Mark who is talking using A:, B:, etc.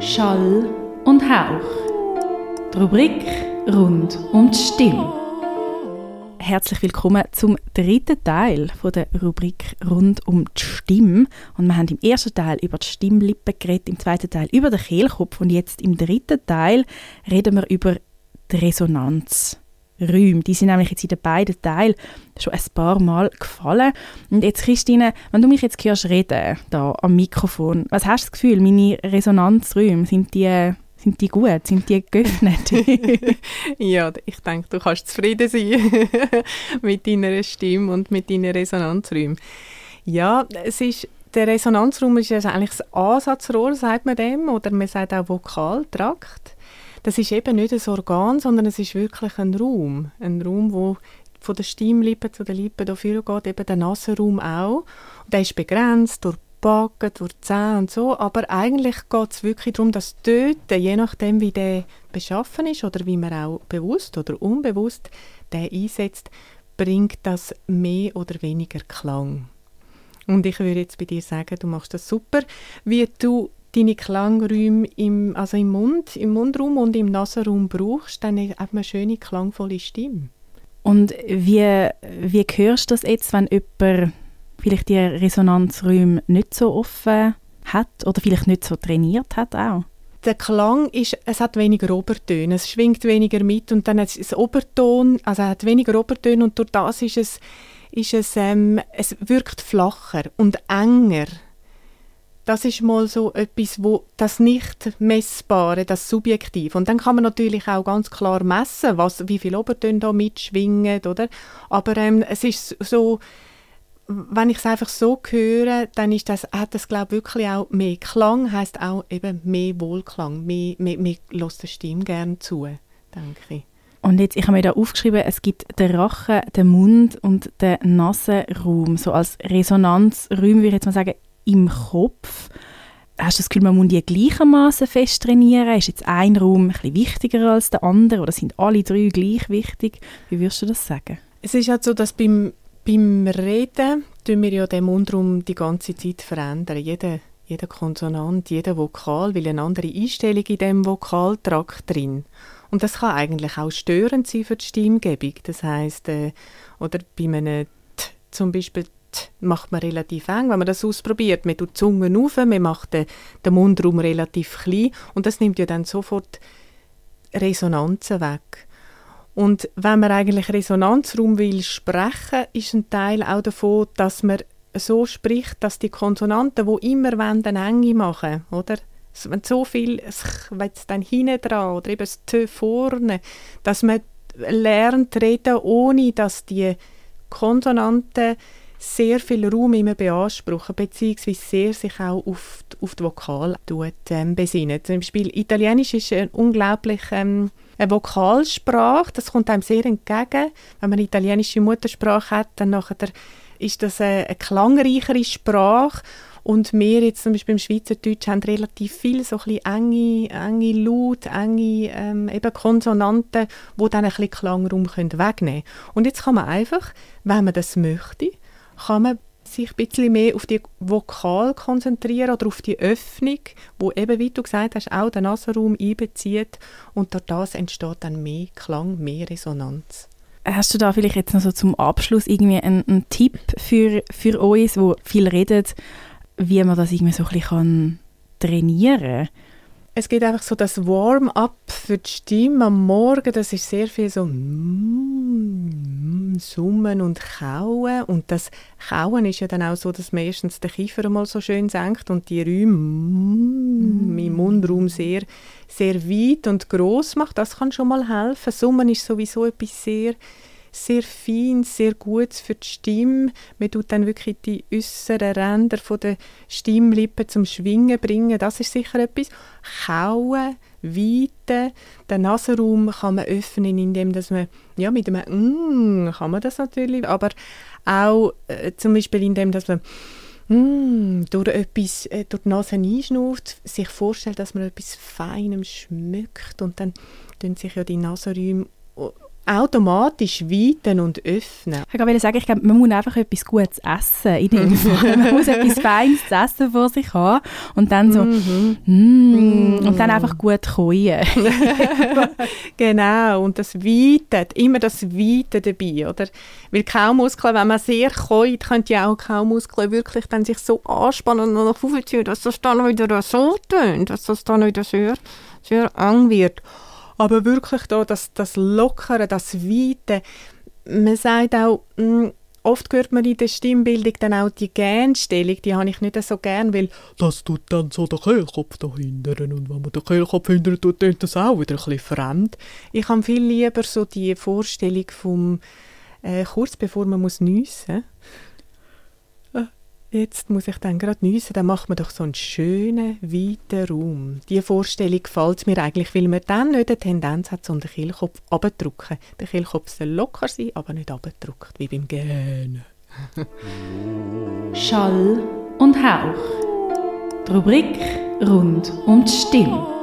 A: Schall und Hauch. Die Rubrik rund um die Stimme. Herzlich willkommen zum dritten Teil von der Rubrik rund um die Stimme. Und wir haben im ersten Teil über die Stimmlippen geredet, im zweiten Teil über den Kehlkopf und jetzt im dritten Teil reden wir über die Resonanzräume. Die sind nämlich jetzt in den beiden Teilen schon ein paar Mal gefallen. Und jetzt, Christine, wenn du mich jetzt hörst reden, da am Mikrofon, was hast du das Gefühl, meine Resonanzräume, sind die gut? Sind die geöffnet?
B: Ja, ich denke, du kannst zufrieden sein mit deiner Stimme und mit deinen Resonanzräumen. Ja, der Resonanzraum ist eigentlich das Ansatzrohr, sagt man dem, oder man sagt auch Vokaltrakt. Das ist eben nicht ein Organ, sondern es ist wirklich ein Raum. Ein Raum, wo von der Stimmlippe zu den Lippen dafür geht, eben der Nasenraum auch. Und der ist begrenzt durch Backen, durch Zähne und so, aber eigentlich geht es wirklich darum, dass dort, je nachdem wie der beschaffen ist oder wie man auch bewusst oder unbewusst den einsetzt, bringt das mehr oder weniger Klang. Und ich würde jetzt bei dir sagen, du machst das super, wie du deine Klangräume im Mundraum und im Nasenraum brauchst, dann hat man eine schöne, klangvolle Stimme.
A: Und wie hörst du das jetzt, wenn jemand vielleicht die Resonanzräume nicht so offen hat oder vielleicht nicht so trainiert hat auch?
B: Der Klang es hat weniger Obertöne, es schwingt weniger mit und dann hat es Oberton, also es hat weniger Obertöne und durch das es wirkt flacher und enger. Das ist mal so etwas, wo das Nicht-Messbare, das Subjektiv. Und dann kann man natürlich auch ganz klar messen, wie viele Obertöne da mitschwingen, oder? Aber es ist so, wenn ich es einfach so höre, dann hat das, glaube ich, wirklich auch mehr Klang, heisst auch eben mehr Wohlklang. Man hört der Stimme gerne zu, denke ich.
A: Und jetzt, ich habe mir da aufgeschrieben, es gibt den Rachen, den Mund und den Nasenraum, so als Resonanzräume, würde ich jetzt mal sagen, im Kopf. Hast du das Gefühl, man muss die gleichermaßen fest trainieren? Ist jetzt ein Raum ein bisschen wichtiger als der andere oder sind alle drei gleich wichtig? Wie würdest du das sagen?
B: Es ist halt so, dass beim Reden tun wir ja den Mundraum die ganze Zeit verändern. Jeder Konsonant, jeder Vokal will eine andere Einstellung in diesem Vokaltrakt drin. Und das kann eigentlich auch störend sein für die Stimmgebung. Das heisst, oder bei einem T zum Beispiel, macht man relativ eng, wenn man das ausprobiert. Man tut die Zunge auf, man macht den Mundraum relativ klein und das nimmt ja dann sofort Resonanzen weg. Und wenn man eigentlich Resonanzraum will sprechen, ist ein Teil auch davon, dass man so spricht, dass die Konsonanten, die immer eine Enge machen, oder? Wenn so viel, wenn es dann hinten dran oder eben das T vorne, dass man lernt reden, ohne dass die Konsonanten sehr viel Raum immer beanspruchen, beziehungsweise sehr sich auch auf die Vokal besinnen. Zum Beispiel Italienisch ist eine unglaublich eine Vokalsprache, das kommt einem sehr entgegen. Wenn man eine italienische Muttersprache hat, dann nachher ist das eine klangreichere Sprache. Und wir jetzt zum Beispiel im Schweizerdeutsch haben relativ viel so ein bisschen enge Laute, eben Konsonanten, die dann ein bisschen Klangraum wegnehmen können. Und jetzt kann man einfach, wenn man das möchte, kann man sich ein bisschen mehr auf die Vokal konzentrieren oder auf die Öffnung, wo eben, wie du gesagt hast, auch den Nasenraum einbezieht und durch das entsteht dann mehr Klang, mehr Resonanz.
A: Hast du da vielleicht jetzt noch so zum Abschluss irgendwie einen Tipp für uns, die viel reden, wie man das irgendwie so ein bisschen trainieren kann?
B: Es geht einfach so das Warm-up für die Stimme am Morgen, das ist sehr viel so Summen und Kauen. Und das Kauen ist ja dann auch so, dass man erstens den Kiefer mal so schön senkt und die Räume im Mundraum sehr, sehr weit und gross macht. Das kann schon mal helfen. Summen ist sowieso etwas sehr, sehr Feines, sehr Gutes für die Stimme. Man tut dann wirklich die äußeren Ränder von der Stimmlippen zum Schwingen bringen. Das ist sicher etwas. Kauen, weiten. Den Nasenraum kann man öffnen, indem dass man, ja, mit einem kann man das natürlich, aber auch zum Beispiel indem dass man durch die Nase einschnauft, sich vorstellt, dass man etwas Feinem schmückt und dann tun sich ja die Nasenräume automatisch weiten und öffnen.
A: Ich wollte sagen, ich glaube, man muss einfach etwas Gutes essen in dem Fall. Man muss etwas Feines zu essen vor sich haben und dann so und dann einfach gut käuen.
B: Genau, und das Weiten, immer das Weiten dabei, oder? Weil Kaumuskeln, wenn man sehr käut, können ja auch Kaumuskeln wirklich dann sich so anspannen und noch aufziehen, dass das dann wieder so tönt, dass das dann wieder sehr, sehr eng wird. Aber wirklich da, das Lockere, das Weite, man sagt auch, oft hört man in der Stimmbildung dann auch die Gähnstellung, die habe ich nicht so gern, weil das tut dann so den Kehlkopf da hindern und wenn man den Kehlkopf hindern tut, dann das auch wieder ein bisschen fremd. Ich habe viel lieber so die Vorstellung vom kurz bevor man muss niessen. Jetzt muss ich dann gerade niessen, dann macht man doch so einen schönen, weiten Raum. Diese Vorstellung gefällt mir eigentlich, weil man dann nicht eine Tendenz hat, um den Kehlkopf runterzudrücken. Der Kehlkopf soll locker sein, aber nicht runtergedrückt, wie beim Gähnen.
A: Schall und Hauch. Die Rubrik rund um die Stimme.